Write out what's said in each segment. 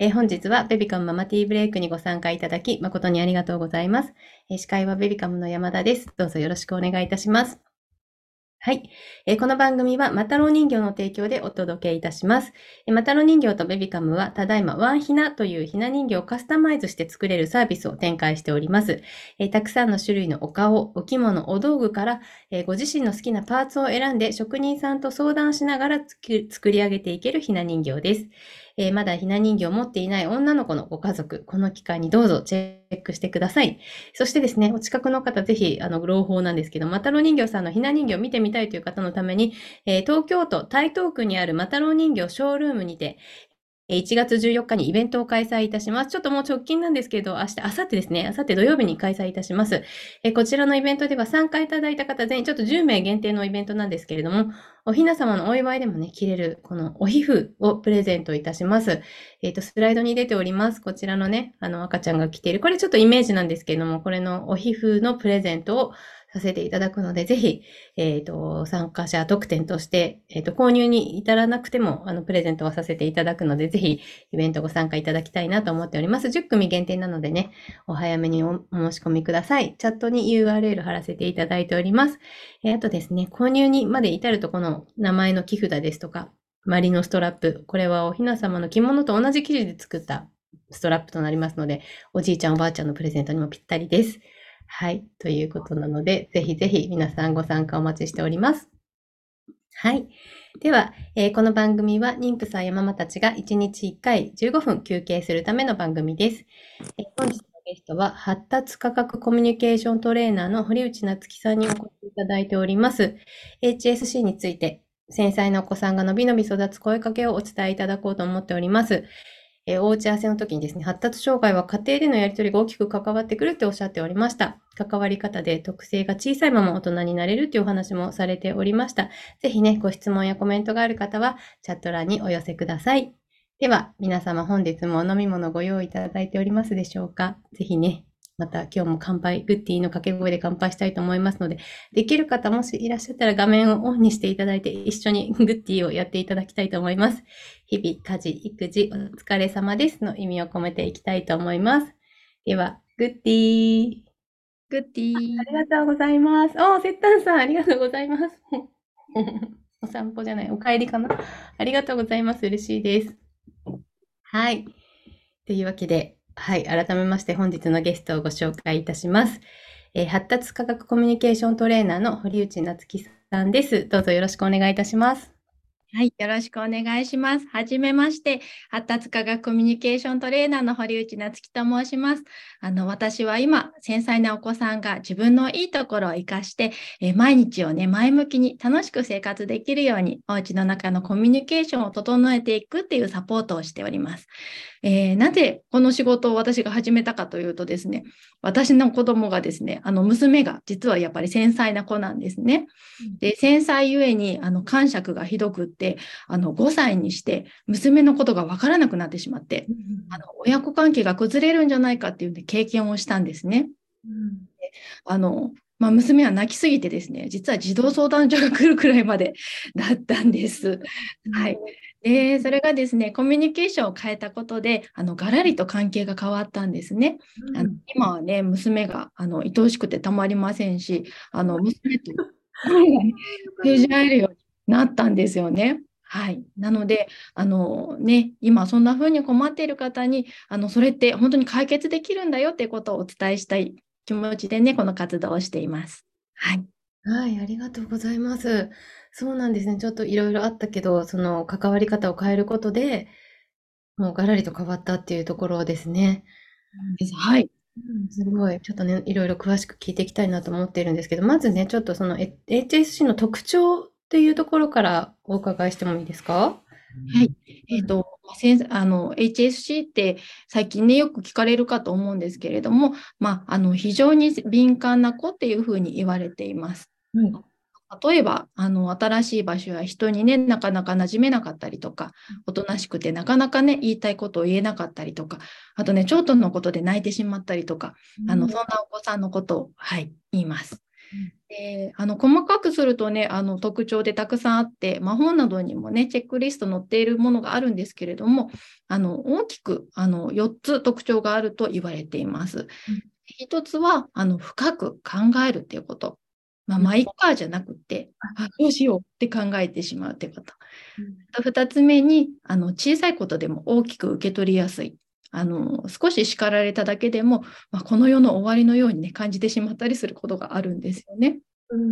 本日はベビカムママティーブレイクにご参加いただき誠にありがとうございます。司会はベビカムの山田です。どうぞよろしくお願いいたします。はい。この番組はマタロウ人形の提供でお届けいたします。マタロウ人形とベビカムはただいまワンヒナというヒナ人形をカスタマイズして作れるサービスを展開しております。たくさんの種類のお顔、お着物、お道具から、ご自身の好きなパーツを選んで職人さんと相談しながら作り上げていけるヒナ人形です。まだひな人形を持っていない女の子のご家族、この機会にどうぞチェックしてください。そしてですね、お近くの方、ぜひ、朗報なんですけど、マタロウ人形さんのひな人形を見てみたいという方のために、東京都台東区にあるマタロウ人形ショールームにて、1月14日にイベントを開催いたします。ちょっともう直近なんですけど、明後日ですね、明後日土曜日に開催いたします。こちらのイベントでは参加いただいた方全員、ちょっと10名限定のイベントなんですけれども、おひな様のお祝いでもね、着れる、このお皮膚をプレゼントいたします。スライドに出ております。こちらのね、赤ちゃんが着ている、これちょっとイメージなんですけれども、これのお皮膚のプレゼントをさせていただくので、ぜひ、参加者特典として、購入に至らなくても、プレゼントはさせていただくので、ぜひ、イベントご参加いただきたいなと思っております。10組限定なのでね、お早めにお申し込みください。チャットに URL 貼らせていただいております。あとですね、購入にまで至るとこの名前の木札ですとか、マリのストラップ、これはおひな様の着物と同じ生地で作ったストラップとなりますので、おじいちゃんおばあちゃんのプレゼントにもぴったりです。はい。ということなので、ぜひぜひ皆さんご参加お待ちしております。はい。では、この番組は妊婦さんやママたちが1日1回15分休憩するための番組です。本日のゲストは、発達科学コミュニケーショントレーナーの堀内夏樹さんにお越しいただいております。HSC について、繊細なお子さんがのびのび育つ声かけをお伝えいただこうと思っております。お打ち合わせの時にですね、発達障害は家庭でのやり取りが大きく関わってくるっておっしゃっておりました。関わり方で特性が小さいまま大人になれるっていうお話もされておりました。ぜひね、ご質問やコメントがある方は、チャット欄にお寄せください。では、皆様本日もお飲み物ご用意いただいておりますでしょうか。ぜひね、また今日も乾杯、グッディの掛け声で乾杯したいと思いますので、できる方もしいらっしゃったら画面をオンにしていただいて一緒にグッディをやっていただきたいと思います。日々、家事、育児、お疲れ様ですの意味を込めていきたいと思います。では、グッディグッディー。 ありがとうございます。おー、せったんさん、ありがとうございます。お散歩じゃない、お帰りかな。ありがとうございます。嬉しいです。はい。というわけで、はい、改めまして本日のゲストをご紹介いたします。発達科学コミュニケーショントレーナーの堀内夏樹さんです。どうぞよろしくお願いいたします。 はい、よろしくお願いします。はじめまして、発達科学コミュニケーショントレーナーの堀内夏樹と申します。私は今、繊細なお子さんが自分のいいところを生かして、毎日をね、前向きに楽しく生活できるように、お家の中のコミュニケーションを整えていくっていうサポートをしております。なぜこの仕事を私が始めたかというとですね、私の子供がですね、娘が実はやっぱり繊細な子なんですね。で、繊細ゆえに癇癪がひどくって、5歳にして娘のことがわからなくなってしまって、親子関係が崩れるんじゃないかっていうんで経験をしたんですね。あの、娘は泣きすぎてですね、実は児童相談所が来るくらいまでだったんです。はい。で、それがですね、コミュニケーションを変えたことで、がらりと関係が変わったんですね。今はね、娘が愛おしくてたまりませんし、娘と声がね通じ合えるようになったんですよね。はい。なので、今そんな風に困っている方に、それって本当に解決できるんだよっていうことをお伝えしたい気持ちでね、この活動をしています。はい。 はい、ありがとうございます。そうなんですね。ちょっといろいろあったけど、その関わり方を変えることで、もうガラリと変わったっていうところですね。 はい。 すごい。ちょっとね、いろいろ詳しく聞いていきたいなと思っているんですけど、まずね、ちょっとそのHSC の特徴っていうところからお伺いしてもいいですか？ はい。 うん。 HSC って最近ね、よく聞かれるかと思うんですけれども、非常に敏感な子っていうふうに言われています。 はい。 例えば、新しい場所や人にね、なかなか馴染めなかったりとか、おとなしくてなかなかね、言いたいことを言えなかったりとか、あとね、ちょっとのことで泣いてしまったりとか、そんなお子さんのことを、はい、言います。 細かくするとね、特徴でたくさんあって、本などにもね、チェックリスト載っているものがあるんですけれども、大きく4つ特徴があると言われています。一つは、深く考えるっていうこと。マイカーじゃなくて、どうしようって考えてしまうってこと。二つ目に、小さいことでも大きく受け取りやすい。少し叱られただけでも、この世の終わりのようにね、感じてしまったりすることがあるんですよね。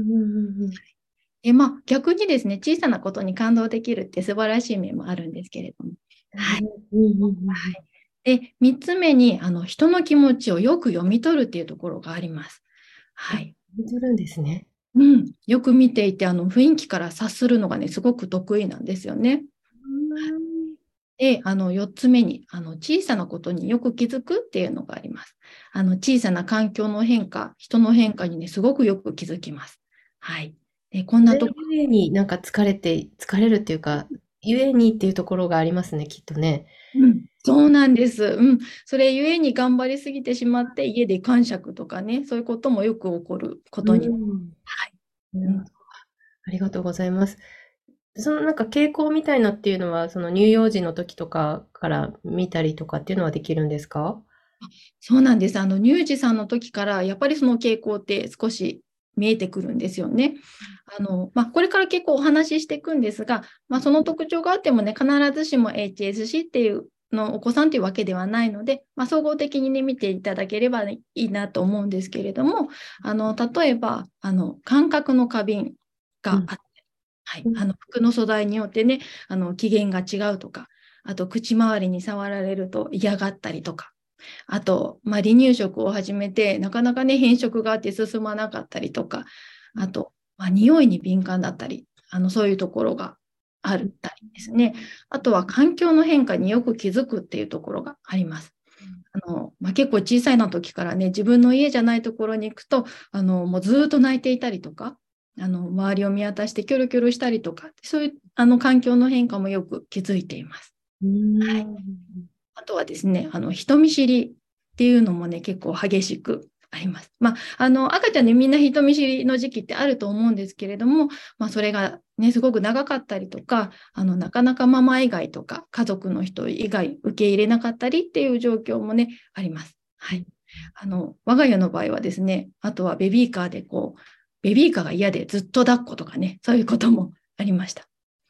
逆にですね、小さなことに感動できるって素晴らしい面もあるんですけれども。はい。で、3つ目に、人の気持ちをよく読み取るっていうところがあります。はい。 読み取るんですね。 よく見ていて、雰囲気から察するのがね、すごく得意なんですよね。で、4つ目に、小さなことによく気づくっていうのがあります。小さな環境の変化、人の変化にね、すごくよく気づきます。はい。で、こんなとこゆえになんか疲れるっていうか、ゆえにっていうところがありますね、きっとね。 そうなんです。それゆえに頑張りすぎてしまって、家で癇癪とかね、そういうこともよく起こることに。はい。 なるほど。ありがとうございます。そのなんか傾向みたいなっていうのは、その乳幼児の時とかから見たりとかっていうのはできるんですか？ そうなんです。乳児さんの時から、やっぱりその傾向って少し見えてくるんですよね。これから結構お話ししていくんですが、その特徴があってもね、必ずしも HSC っていうのお子さんというわけではないので、総合的にね、見ていただければいいなと思うんですけれども、例えば、感覚の過敏があって、はい、服の素材によってね、機嫌が違うとか、あと口周りに触られると嫌がったりとか、あと、離乳食を始めて、なかなかね、変色があって進まなかったりとか、あと、匂いに敏感だったり、そういうところがあったりですね。あとは環境の変化によく気づくっていうところがあります。結構小さいの時からね、自分の家じゃないところに行くと、もうずっと泣いていたりとか、周りを見渡してキョロキョロしたりとか、そういう環境の変化もよく気づいています。はい。あとはですね、人見知りっていうのもね、結構激しくあります。赤ちゃんね、みんな人見知りの時期ってあると思うんですけれども、それがね、すごく長かったりとか、なかなかママ以外とか、家族の人以外受け入れなかったりっていう状況もね、あります。はい。我が家の場合はですね、あとはベビーカーでベビーカーが嫌でずっと抱っことかね、そういうこともありました。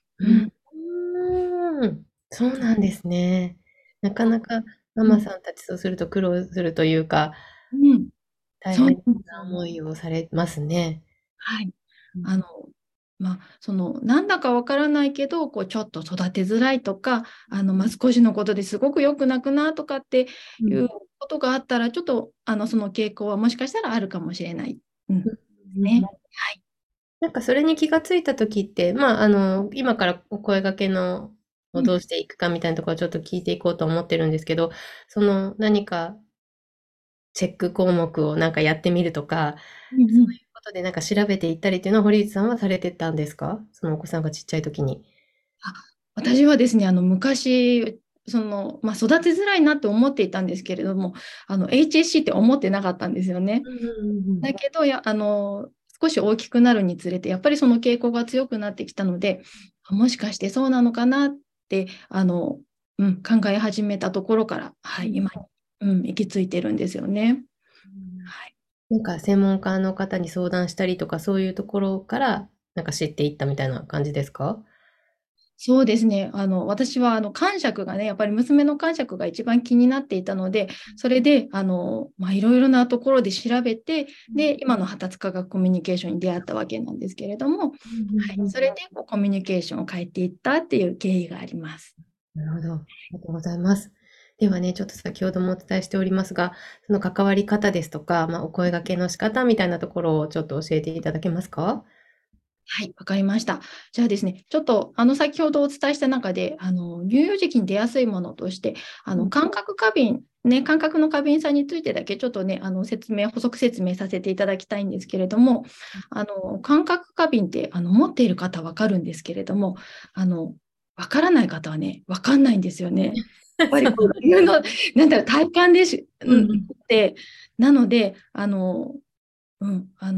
そうなんですね。なかなかママさんたちそうすると苦労するというか、大そうなん変ですよ。 な思いをされますね。 はい。なんだかわからないけど、ちょっと育てづらいとか、少しのことですごく良くなくなとかっていうことがあったら、ちょっと、その傾向はもしかしたらあるかもしれない。ね。はい。 なんかそれに気がついた時って、今からお声掛けのをどうしていくかみたいなところをちょっと聞いていこうと思ってるんですけど、その何かチェック項目をなんかやってみるとか、そういうことでなんか調べていったりっていうのは堀内さんはされてたんですか？そのお子さんがちっちゃい時に。 私はですね、昔、育てづらいなって思っていたんですけれども、HSC って思ってなかったんですよね。だけど、少し大きくなるにつれて、やっぱりその傾向が強くなってきたので、もしかしてそうなのかなって、考え始めたところから、はい、今に、行き着いてるんですよね。はい。 なんか専門家の方に相談したりとか、そういうところから、なんか知っていったみたいな感じですか？ そうですね。私は、癇癪がね、やっぱり娘の癇癪が一番気になっていたので、それで、いろいろなところで調べて、で、今の発達科学コミュニケーションに出会ったわけなんですけれども、はい、それでコミュニケーションを変えていったっていう経緯があります。 なるほど。ありがとうございます。ではね、ちょっと先ほどもお伝えしておりますが、その関わり方ですとか、お声掛けの仕方みたいなところをちょっと教えていただけますか？ はい、わかりました。じゃあですね、ちょっと先ほどお伝えした中で、乳幼児期に出やすいものとして、感覚過敏、ね、感覚の過敏さについてだけちょっとね、補足説明させていただきたいんですけれども、感覚過敏って、持っている方はわかるんですけれども、わからない方はね、わかんないんですよね。やっぱりいうの、なんだろう、体感でし、で、なので、うん、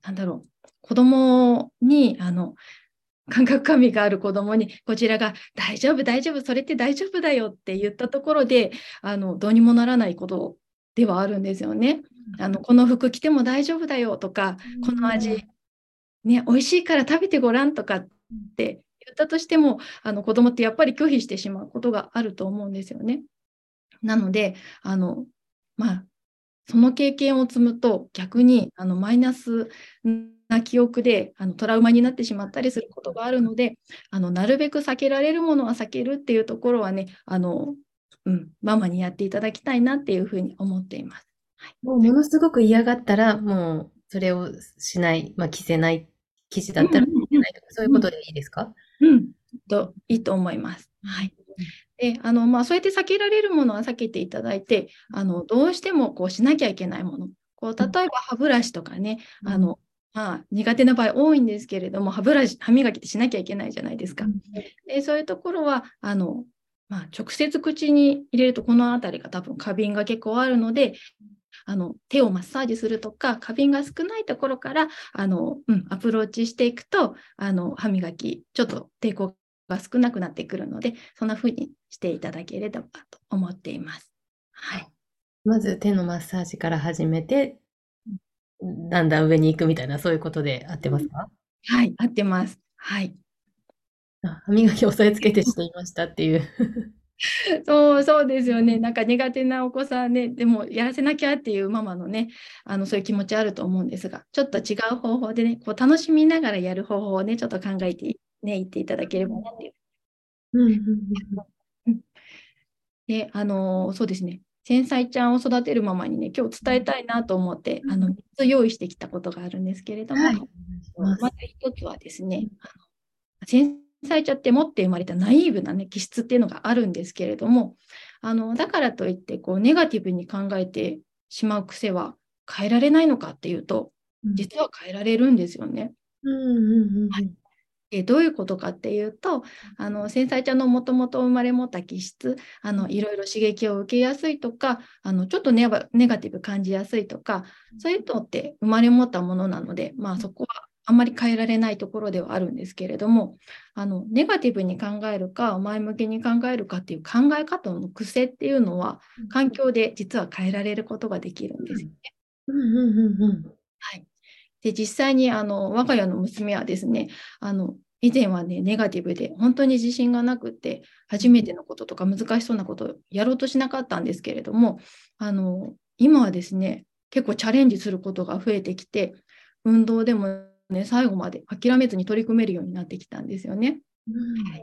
なんだろう、子供に、感覚過敏がある子供に、こちらが大丈夫、大丈夫、それって大丈夫だよって言ったところで、どうにもならないことではあるんですよね。この服着ても大丈夫だよとか、この味、ね、美味しいから食べてごらんとかって言ったとしても、子供ってやっぱり拒否してしまうことがあると思うんですよね。なので、まあ、その経験を積むと逆にマイナスな記憶でトラウマになってしまったりすることがあるので、なるべく避けられるものは避けるっていうところはね、ママにやっていただきたいなっていうふうに思っています。はい、 もうものすごく嫌がったら、もうそれをしない、着せない、生地だったら着せないとか、そういうことでいいですか？ いいと思います。はい。 うん。 で、そうやって避けられるものは避けていただいて、どうしてもこうしなきゃいけないもの、例えば歯ブラシとかね、苦手な場合多いんですけれども、歯磨きってしなきゃいけないじゃないですか。で、そういうところは、直接口に入れるとこの辺りが多分過敏が結構あるので、手をマッサージするとか、過敏が少ないところからアプローチしていくと、歯磨き、ちょっと抵抗が少なくなってくるので、そんな風にしていただければと思っています。はい。 まず手のマッサージから始めて、だんだん上に行くみたいな、そういうことで合ってますか？ はい、合ってます。はい。 歯磨きを押さえつけてしていましたっていう。 そうですよね。なんか苦手なお子さんね、でもやらせなきゃっていうママのね、そういう気持ちあると思うんですが、ちょっと違う方法でね、こう楽しみながらやる方法をね、ちょっと考えてね、いっていただければなっていう。 うんうんうんうん。 うんで、そうですね。繊細ちゃんを育てるママにね、今日伝えたいなと思って、3つ用意してきたことがあるんですけれども、 はい、お願いします。 まず1つはですね、繊細ちゃんって持って生まれたナイーブなね、気質っていうのがあるんですけれども、だからといって、こう、ネガティブに考えてしまう癖は変えられないのかっていうと、 うん。 実は変えられるんですよね。 うんうんうんうん。 どういうことかっていうと、繊細ちゃんのもともと生まれ持った気質、いろいろ刺激を受けやすいとか、ちょっとネガティブ感じやすいとか、そういうのって生まれ持ったものなので、そこはあんまり変えられないところではあるんですけれども、ネガティブに考えるか、前向きに考えるかっていう考え方の癖っていうのは、環境で実は変えられることができるんですよね。 うんうんうんうん。 はい。で、実際に我が家の娘はですね、以前はね、ネガティブで本当に自信がなくって、初めてのこととか難しそうなことをやろうとしなかったんですけれども、今はですね、結構チャレンジすることが増えてきて、運動でもね、最後まで諦めずに取り組めるようになってきたんですよね。 うん。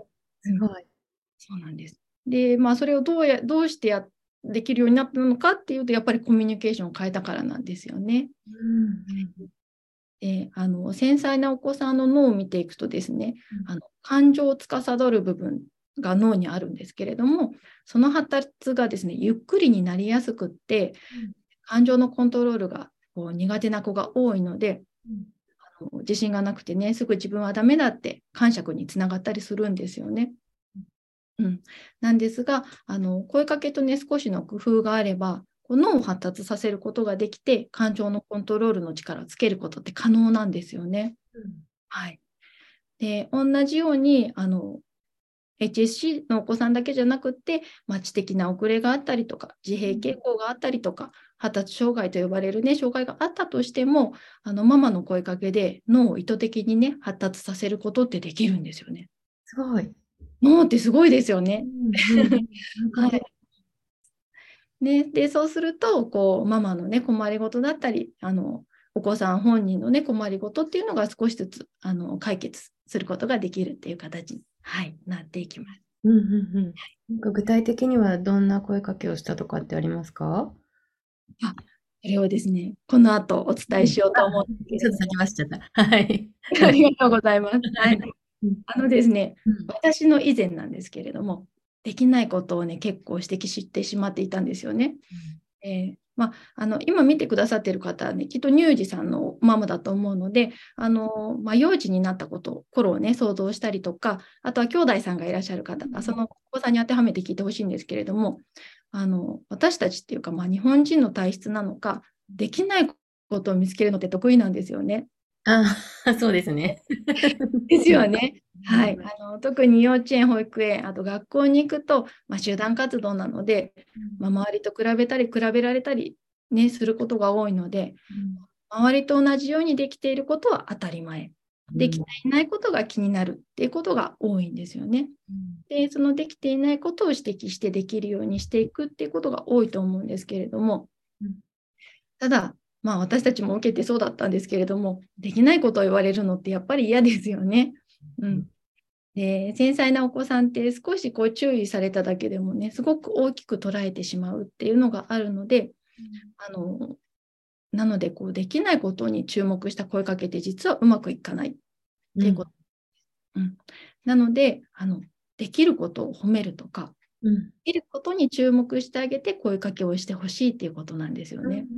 うん、 すごい。 そうなんです。で、それをどうしてできるようになったのかっていうと、やっぱりコミュニケーションを変えたからなんですよね。 うんうん。 で、繊細なお子さんの脳を見ていくとですね、 うん。 感情を司る部分が脳にあるんですけれども、その発達がですね、ゆっくりになりやすくって、感情のコントロールがこう苦手な子が多いので、 うん。 自信がなくてね、すぐ自分はダメだって感触につながったりするんですよね。なんですが、声かけとね、少しの工夫があれば、こう脳を発達させることができて、感情のコントロールの力をつけることって可能なんですよね。 うん。 はい。で、同じように、HSC のお子さんだけじゃなくて、知的な遅れがあったりとか、自閉傾向があったりとか、発達障害と呼ばれるね、障害があったとしても、ママの声かけで脳を意図的にね、発達させることってできるんですよね。 すごい。 脳ってすごいですようね。 んうん。本当に。 はい。ね、で、そうすると、こう、ママのね、困りごとだったり、お子さん本人のね、困りごとっていうのが少しずつ、解決することができるっていう形に、はい、なっていきます。 うんうんうん。具体的にはどんな声かけをしたとかってありますか？ あ、それをですね、この後お伝えしようと思うんですけちょっとれども、 先走っちゃった。はい。 ありがとうございます。はい。 うん。 ですね、 うん。 私の以前なんですけれども、できないことをね、結構指摘してしまっていたんですよね。今見てくださっている方はね、きっと乳児さんのママだと思うので、幼児になった頃をね、想像したりとか、あとは兄弟さんがいらっしゃる方、そのお子さんに当てはめて聞いてほしいんですけれども、私たちっていうか、日本人の体質なのか、できないことを見つけるのって得意なんですよね。 ああ、そうですね。 ですよね。 うん。 はい。特に幼稚園、保育園、あと学校に行くと、集団活動なので、周りと比べたり、比べられたり、ね、することが多いので、周りと同じようにできていることは当たり前。できていないことが気になるっていうことが多いんですよね。で、そのできていないことを指摘してできるようにしていくっていうことが多いと思うんですけれども、ただ、私たちも受けてそうだったんですけれども、できないことを言われるのってやっぱり嫌ですよね。うん。で、繊細なお子さんって少しこう注意されただけでもね、すごく大きく捉えてしまうっていうのがあるので、あの、なのでこうできないことに注目した声かけって実はうまくいかないっていうこと。なので、できることを褒めるとか、できることに注目してあげて声かけをしてほしいっていうことなんですよね。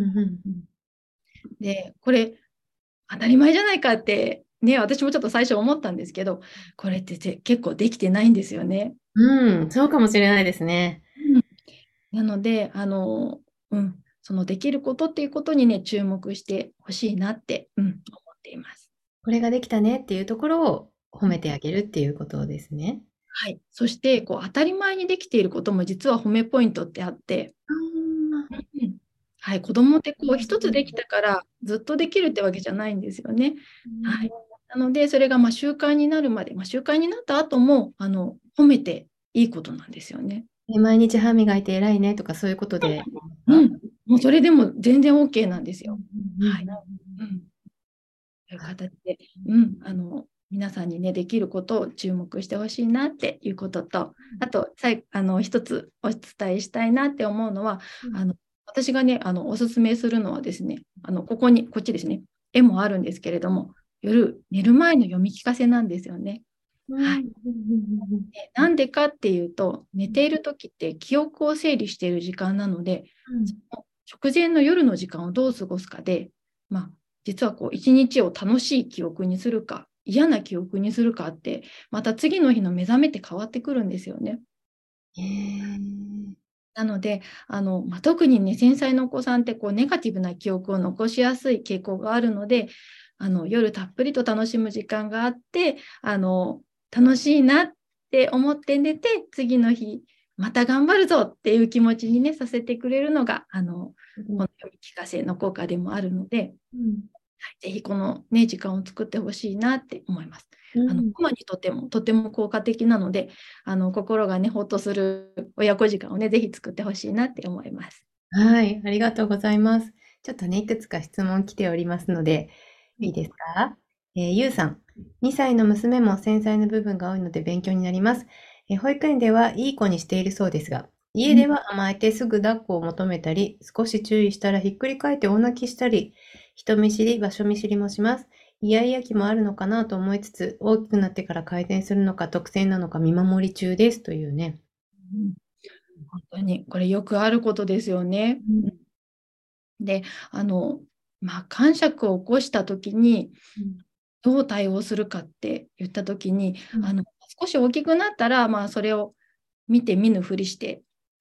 で、これ当たり前じゃないかってね、私もちょっと最初思ったんですけど、これって結構できてないんですよね。 そうかもしれないですね。 うん、なので、そのできることっていうことにね、注目してほしいなって、思っています。 これができたねっていうところを褒めてあげるっていうことですね。 はい。そして、こう、当たり前にできていることも実は褒めポイントってあって、うん、はい。子供ってこう、一つできたからずっとできるってわけじゃないんですよね。はい。なので、それが習慣になるまで、習慣になった後も、褒めていいことなんですよね。 毎日歯磨いて偉いねとかそういうことでいいですか？ うん。もうそれでも全然 OK なんですよ。はい。うん。という形で、皆さんにね、できることを注目してほしいなっていうことと、あと、一つお伝えしたいなって思うのは、私がね、おすすめするのはですね、こっちですね、絵もあるんですけれども、夜寝る前の読み聞かせなんですよね。はい。でなんでかっていうと、寝ている時って記憶を整理している時間なので、その直前の夜の時間をどう過ごすかで、実はこう一日を楽しい記憶にするか、嫌な記憶にするかって、また次の日の目覚めって変わってくるんですよね。 へえ。 なので、特にね、繊細なお子さんってこうネガティブな記憶を残しやすい傾向があるので、夜たっぷりと楽しむ時間があって、楽しいなって思って寝て、次の日、また頑張るぞっていう気持ちにね、させてくれるのが、この読み聞かせの効果でもあるので、ぜひこのね、時間を作ってほしいなって思います。ママにとってもとても効果的なので、心がね、ほっとする親子時間をね、ぜひ作ってほしいなって思います。 はい、ありがとうございます。ちょっとね、いくつか質問来ておりますので、いいですか？ゆうさん、2歳の娘も繊細な部分が多いので勉強になります。保育園ではいい子にしているそうですが、家では甘えてすぐ抱っこを求めたり、少し注意したらひっくり返って大泣きしたり、人見知り、場所見知りもします。イヤイヤ期もあるのかなと思いつつ、大きくなってから改善するのか特性なのか見守り中ですというね。 本当に、これよくあることですよね。で、癇癪を起こしたときに、どう対応するかって言ったときに、少し大きくなったら、それを見て見ぬふりして、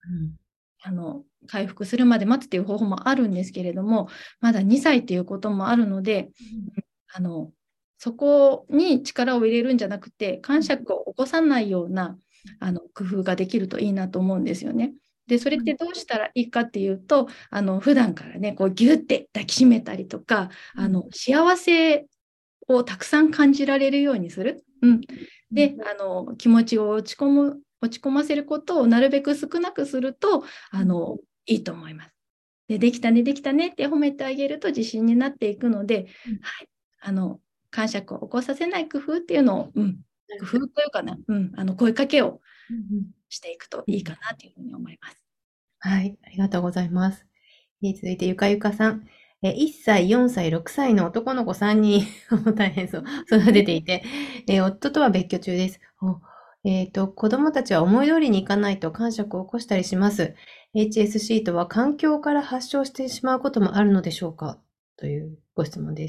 回復するまで待つっていう方法もあるんですけれども、まだ2歳っていうこともあるので、あのそこに力を入れるんじゃなくて、癇癪を起こさないような工夫ができるといいなと思うんですよね。で、それってどうしたらいいかっていうと、普段からね、こうギュッて抱きしめたりとか、幸せをたくさん感じられるようにする。で、気持ちを落ち込ませることをなるべく少なくすると、いいと思います。で、できたね、できたねって褒めてあげると自信になっていくので、はい、感触を起こさせない工夫っていうのを、工夫というかな、声かけをしていくといいかなというふうに思います。 はい、ありがとうございます。続いて、ゆかゆかさん。1歳、4歳、6歳の男の子3人大変そう、育てていて、夫とは別居中です。子供たちは思い通りにいかないと癇癪を起こしたりします。HSC とは環境から発症してしまうこともあるのでしょうかというご質問です。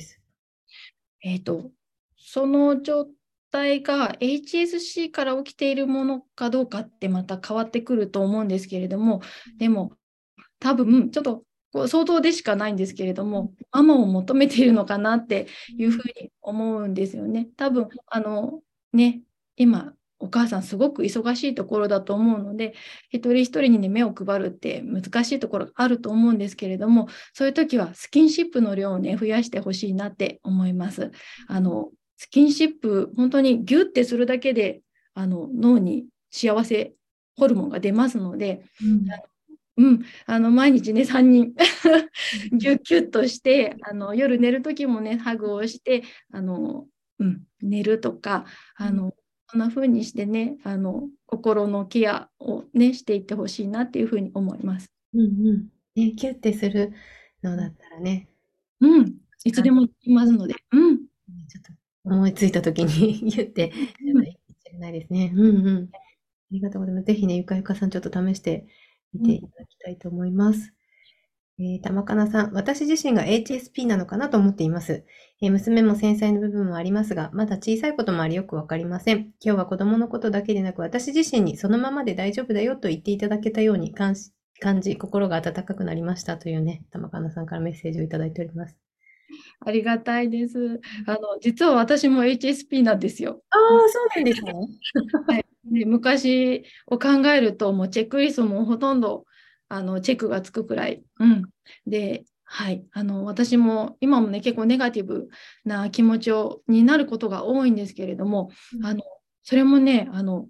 その状態が HSC から起きているものかどうかってまた変わってくると思うんですけれども、でも多分ちょっとこう想像でしかないんですけれども、ママを求めているのかなっていうふうに思うんですよね。多分、ね、今、お母さんすごく忙しいところだと思うので、一人一人にね、目を配るって難しいところがあると思うんですけれども、そういう時はスキンシップの量をね、増やしてほしいなって思います。スキンシップ、本当にギュッてするだけで、脳に幸せホルモンが出ますので、毎日ね、3人ギュッギュッとして、夜寝る時もね、ハグをして、寝るとか、そんな風にしてね、心のケアをね、していってほしいなっていう風に思います。 ね、キュッてするのだったらね、 いつでもできますので。 ちょっと思いついた時にギュッてやればいいかもしれないですね。ありがとうございます。ぜひね、ゆかゆかさんちょっと試してみていただきたいと思います。玉かなさん、私自身が HSP なのかなと思っています。娘も繊細な部分もありますが、まだ小さいこともありよくわかりません。今日は子供のことだけでなく、私自身にそのままで大丈夫だよと言っていただけたように感じ、心が温かくなりましたというね、玉かなさんからメッセージをいただいております。 ありがたいです。実は私も HSP なんですよ。 ああ、そうなんですね。 はい、で昔を考えると、もうチェックリストもほとんどチェックがつくくらい。で、はい、私も今もね、結構ネガティブな気持ちになることが多いんですけれども、それもね、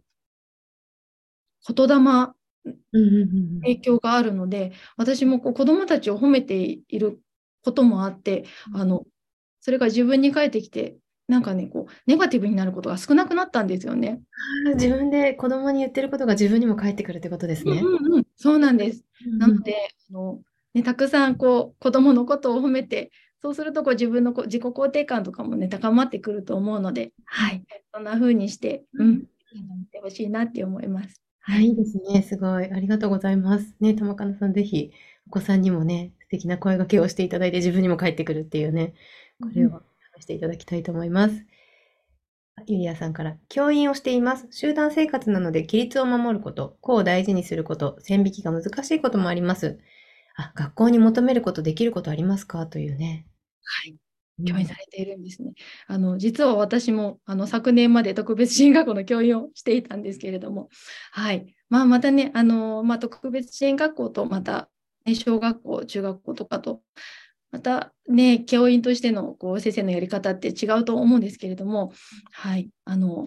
言霊、影響があるので、私もこう子どもたちを褒めていることもあって、それが自分に返ってきて、なんかね、こう、ネガティブになることが少なくなったんですよね。 自分で子供に言ってることが自分にも返ってくるってことですね。 そうなんです。なので、たくさんこう子供のことを褒めて、そうするとこう自分の自己肯定感とかもね、高まってくると思うので、はい、そんな風にして、見てほしいなって思います。はい。 いいですね。すごい。ありがとうございます。ね、玉かなさん、ぜひ、お子さんにもね、素敵な声掛けをしていただいて、自分にも返ってくるっていうね、これを試していただきたいと思います。ゆりやさんから、教員をしています。集団生活なので、規律を守ること、個を大事にすること、線引きが難しいこともあります。学校に求めること、できることありますかというね。 はい。教員されているんですね。実は私も昨年まで特別支援学校の教員をしていたんですけれども、はい。またね、特別支援学校とまた、ね、小学校、中学校とかと、またね、教員としてのこう先生のやり方って違うと思うんですけれども、はい。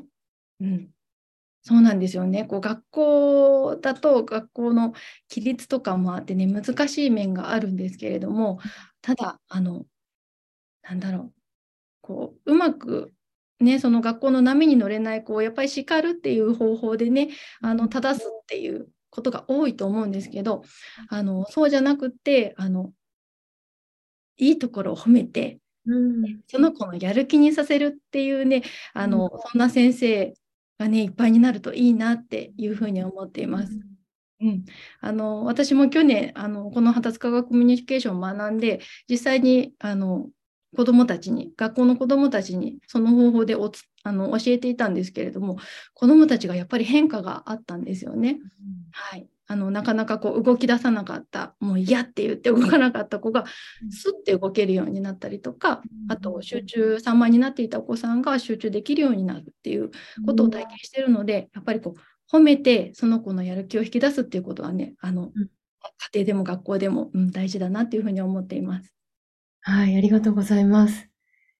そうなんですよね。こう学校だと学校の規律とかもあってね、難しい面があるんですけれども、ただ、なんだろう。うまく、ね、その学校の波に乗れない子をやっぱり叱るっていう方法でね、正すっていうことが多いと思うんですけど、そうじゃなくて、いいところを褒めて、その子のやる気にさせるっていうね、そんな先生がね、いっぱいになるといいなっていうふうに思っています。私も去年この発達科学コミュニケーションを学んで、実際に子どもたちに、学校の子どもたちにその方法で教えていたんですけれども、子どもたちがやっぱり変化があったんですよね。はい、なかなかこう動き出さなかった、もう嫌って言って動かなかった子がスッて動けるようになったりとか、あと集中散漫になっていたお子さんが集中できるようになるっていうことを体験しているので、やっぱりこう褒めてその子のやる気を引き出すっていうことはね、家庭でも学校でも、大事だなっていうふうに思っています。 はい、ありがとうございます。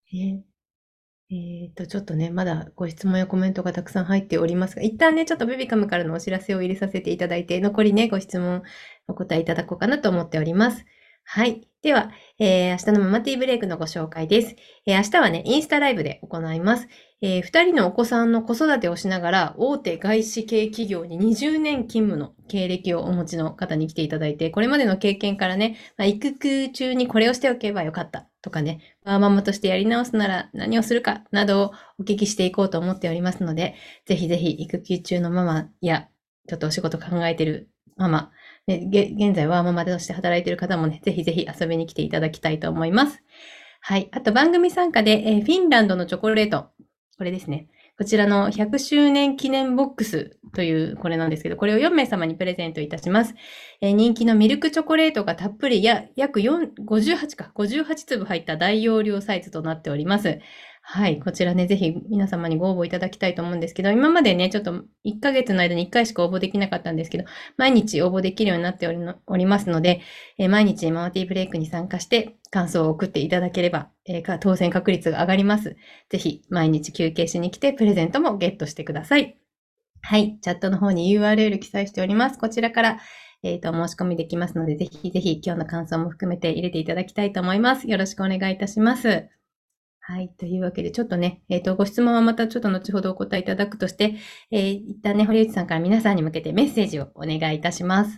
ちょっとね、まだご質問やコメントがたくさん入っておりますが、一旦ね、ちょっとベビカムからのお知らせを入れさせていただいて、残りね、ご質問お答えいただこうかなと思っております。はい。では、明日のママティーブレイクのご紹介です。明日はね、インスタライブで行います。2人のお子さんの子育てをしながら、大手外資系企業に20年勤務の経歴をお持ちの方に来ていただいて、これまでの経験からね、育休中にこれをしておけばよかったとかね、ママとしてやり直すなら何をするかなどをお聞きしていこうと思っておりますので、ぜひぜひ育休中のママや、ちょっとお仕事考えているママ、ね、現在はママとして働いている方もね、ぜひぜひ遊びに来ていただきたいと思います。はい。あと番組参加で、フィンランドのチョコレート。これですね。 こちらの100周年記念ボックスというこれなんですけど、これを4名様にプレゼントいたします。人気のミルクチョコレートがたっぷり約58粒入った大容量サイズとなっております。はい。こちらね、ぜひ皆様にご応募いただきたいと思うんですけど、今までね、ちょっと1ヶ月の間に1回しか応募できなかったんですけど、毎日応募できるようになっておりますので、毎日ママティーブレイクに参加して感想を送っていただければ、当選確率が上がります。ぜひ毎日休憩しに来てプレゼントもゲットしてください。はい。チャットの方に URL 記載しております。こちらから、申し込みできますので、ぜひぜひ今日の感想も含めて入れていただきたいと思います。よろしくお願いいたします。はい。というわけで、ちょっとね、ご質問はまたちょっと後ほどお答えいただくとして、一旦ね、堀内さんから皆さんに向けてメッセージをお願いいたします。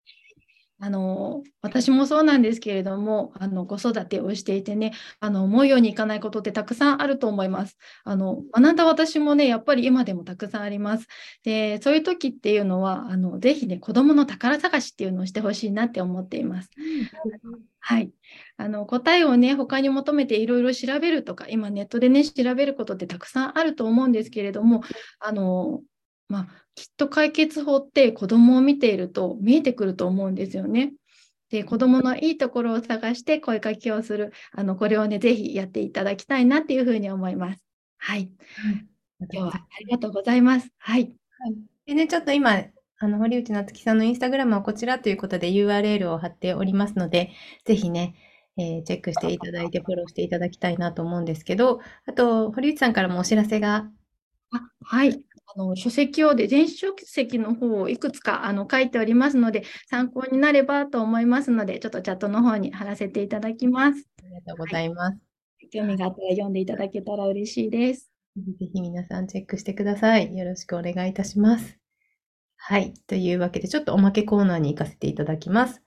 私もそうなんですけれども、子育てをしていてね、思うようにいかないことってたくさんあると思います。学んだ私もね、やっぱり今でもたくさんあります。で、そういう時っていうのは、ぜひね、子供の宝探しっていうのをしてほしいなって思っています。はい。答えをね、他に求めていろいろ調べるとか、今ネットでね、調べることってたくさんあると思うんですけれども、きっと解決法って子供を見ていると見えてくると思うんですよね。で、子供のいいところを探して声かけをする、これをね、ぜひやっていただきたいなっていうふうに思います。はい。 はい。 今日はありがとうございます。はい。 はい。でね、ちょっと今、堀内夏樹さんのインスタグラムはこちらということで URL を貼っておりますので、ぜひね、チェックしていただいてフォローしていただきたいなと思うんですけど、あと、堀内さんからもお知らせが、 はい。書籍をで、電子書籍の方をいくつか書いておりますので、参考になればと思いますので、ちょっとチャットの方に貼らせていただきます。 ありがとうごはい。 ざいます。 興味があったら読んでいただけたら嬉しいです。 ぜひぜひ皆さんチェックしてください。よろしくお願いいたします。はい。というわけで、ちょっとおまけコーナーに行かせていただきます。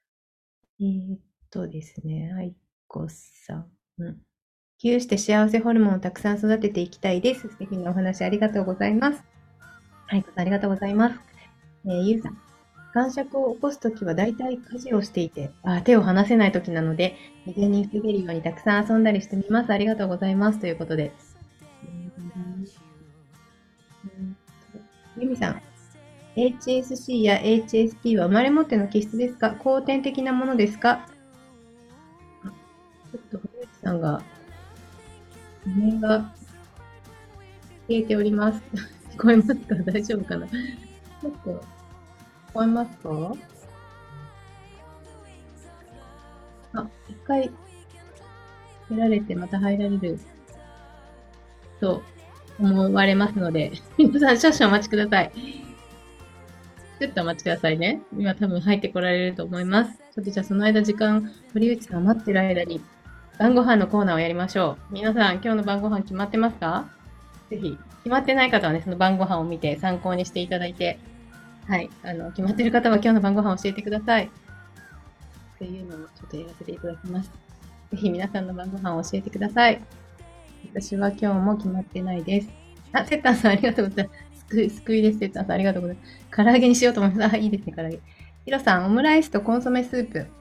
ですね、愛子さん。寄与して幸せホルモンをたくさん育てていきたいです。素敵なお話ありがとうございます。愛子さん、ありがとうございます。ゆうさん。感触を起こすときは大体家事をしていて、手を離せないときなので、未然に防げるようにたくさん遊んだりしてみます。ありがとうございます。ということで。ゆみさん。HSC や HSP は生まれ持っての気質ですか？後天的なものですか？ちょっと、堀内さんが、画面が消えております。聞こえますか？大丈夫かな？ちょっと、聞こえますか？一回出られてまた入られると思われますので、皆さん少々お待ちください。ちょっとお待ちくださいね。今多分入ってこられると思います。ちょっとじゃあその間時間、堀内さん待ってる間に晩ご飯のコーナーをやりましょう。皆さん今日の晩ご飯決まってますか？ぜひ、決まってない方はね、その晩ご飯を見て参考にしていただいて、はい、決まってる方は今日の晩ご飯を教えてください。っていうのをちょっとやらせていただきます。ぜひ皆さんの晩ご飯を教えてください。私は今日も決まってないです。セッタンさんありがとうございます。救いです、セッタンさんありがとうございます。唐揚げにしようと思います。いいですね、唐揚げ。ヒロさん、オムライスとコンソメスープ。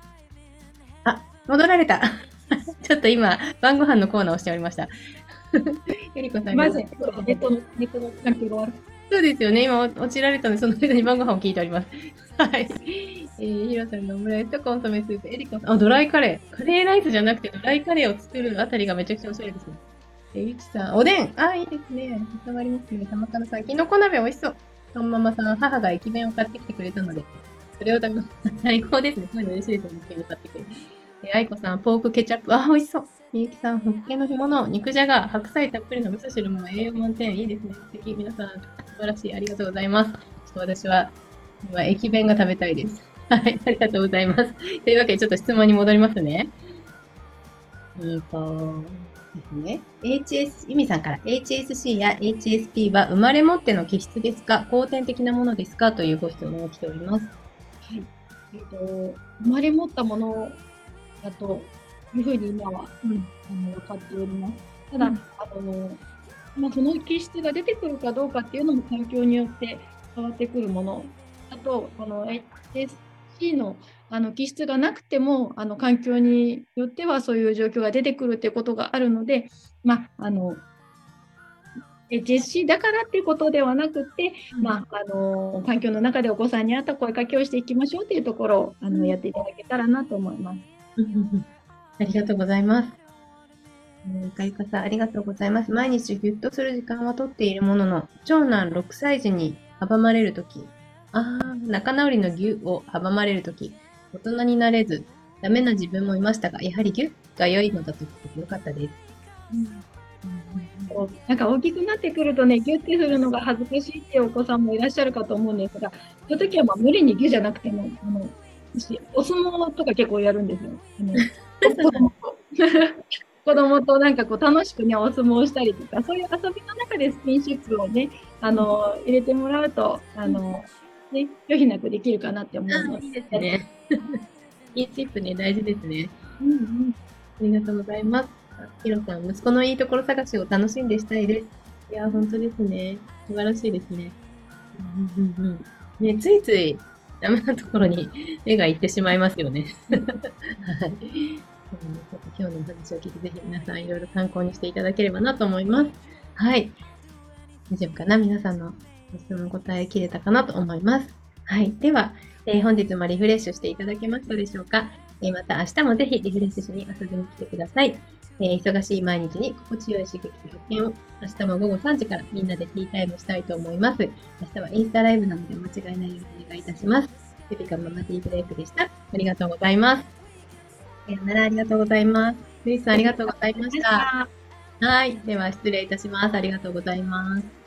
戻られた。ちょっと今、晩ご飯のコーナーをしておりました。ゆりこさんが。 まず、ネットの環境が悪くて。 そうですよね。今落ちられたので、その間に晩ご飯を聞いております。はい。ヒロさんのオムライスとコンソメスープ。エリコさん、ドライカレー。カレーライスじゃなくてドライカレーを作るあたりがめちゃくちゃおしゃれですね。ゆきさん、おでん。いいですね。伝わりますね。玉川さん、きのこ鍋美味しそう。とんママさん、母が駅弁を買ってきてくれたので、それを食べます。最高ですね。そういうの嬉しいですよね。駅弁買ってくれる。愛子さん、ポークケチャップ。美味しそう。みゆきさん、ホッケの干物、肉じゃが、白菜たっぷりの味噌汁も栄養満点。いいですね。素敵。皆さん、素晴らしい。ありがとうございます。ちょっと私は、今、駅弁が食べたいです。はい、ありがとうございます。というわけで、ちょっと質問に戻りますね。ですね。ゆみさんから HSC や HSP は生まれ持っての気質ですか？後天的なものですか？というご質問が来ております。 はい。生まれ持ったものだというふうに今は、分かっております。ただ、その気質が出てくるかどうかっていうのも環境によって変わってくるもの。あと、HSC の気質がなくても環境によってはそういう状況が出てくるっていうことがあるので、 実施だからっていうことではなくて、環境の中でお子さんに合った声かけをしていきましょうというところをやっていただけたらなと思います。 ありがとうございます。ゆかさん、ありがとうございます。毎日ぎゅっとする時間はとっているものの、長男6歳児に阻まれるとき、仲直りのぎゅを阻まれるとき、大人になれず、ダメな自分もいましたが、やはりぎゅが良いのだと聞いてよかったです。 なんか大きくなってくるとね、ギュッてするのが恥ずかしいっていうお子さんもいらっしゃるかと思うんですが、そういう時は無理にギュじゃなくても、お相撲とか結構やるんですよ。子供となんかこう楽しくね、お相撲をしたりとか、そういう遊びの中でスキンシップをね、入れてもらうと、ね、拒否なくできるかなって思うので。 いいですね。スキンシップね、大事ですね。ありがとうございます。ひろさん、息子のいいところ探しを楽しんでしたいです。いや、本当ですね。素晴らしいですね。ね、ついついダメなところに目がいってしまいますよね。はい。今日のお話を聞いて、ぜひ皆さんいろいろ参考にしていただければなと思います。はい。大丈夫かな？皆さんのご質問答えきれたかなと思います。はい。では、本日もリフレッシュしていただけましたでしょうか？また明日もぜひリフレッシュしに遊びに来てください。忙しい毎日に心地よい刺激と発見を明日も午後3時からみんなでティータイムしたいと思います。明日はインスタライブなので間違いないようにお願いいたします。ベビカママティーブレイクでした。ありがとうございます。さよなら、ありがとうございます。ルイさん、ありがとうございました。はい。では、失礼いたします。ありがとうございます。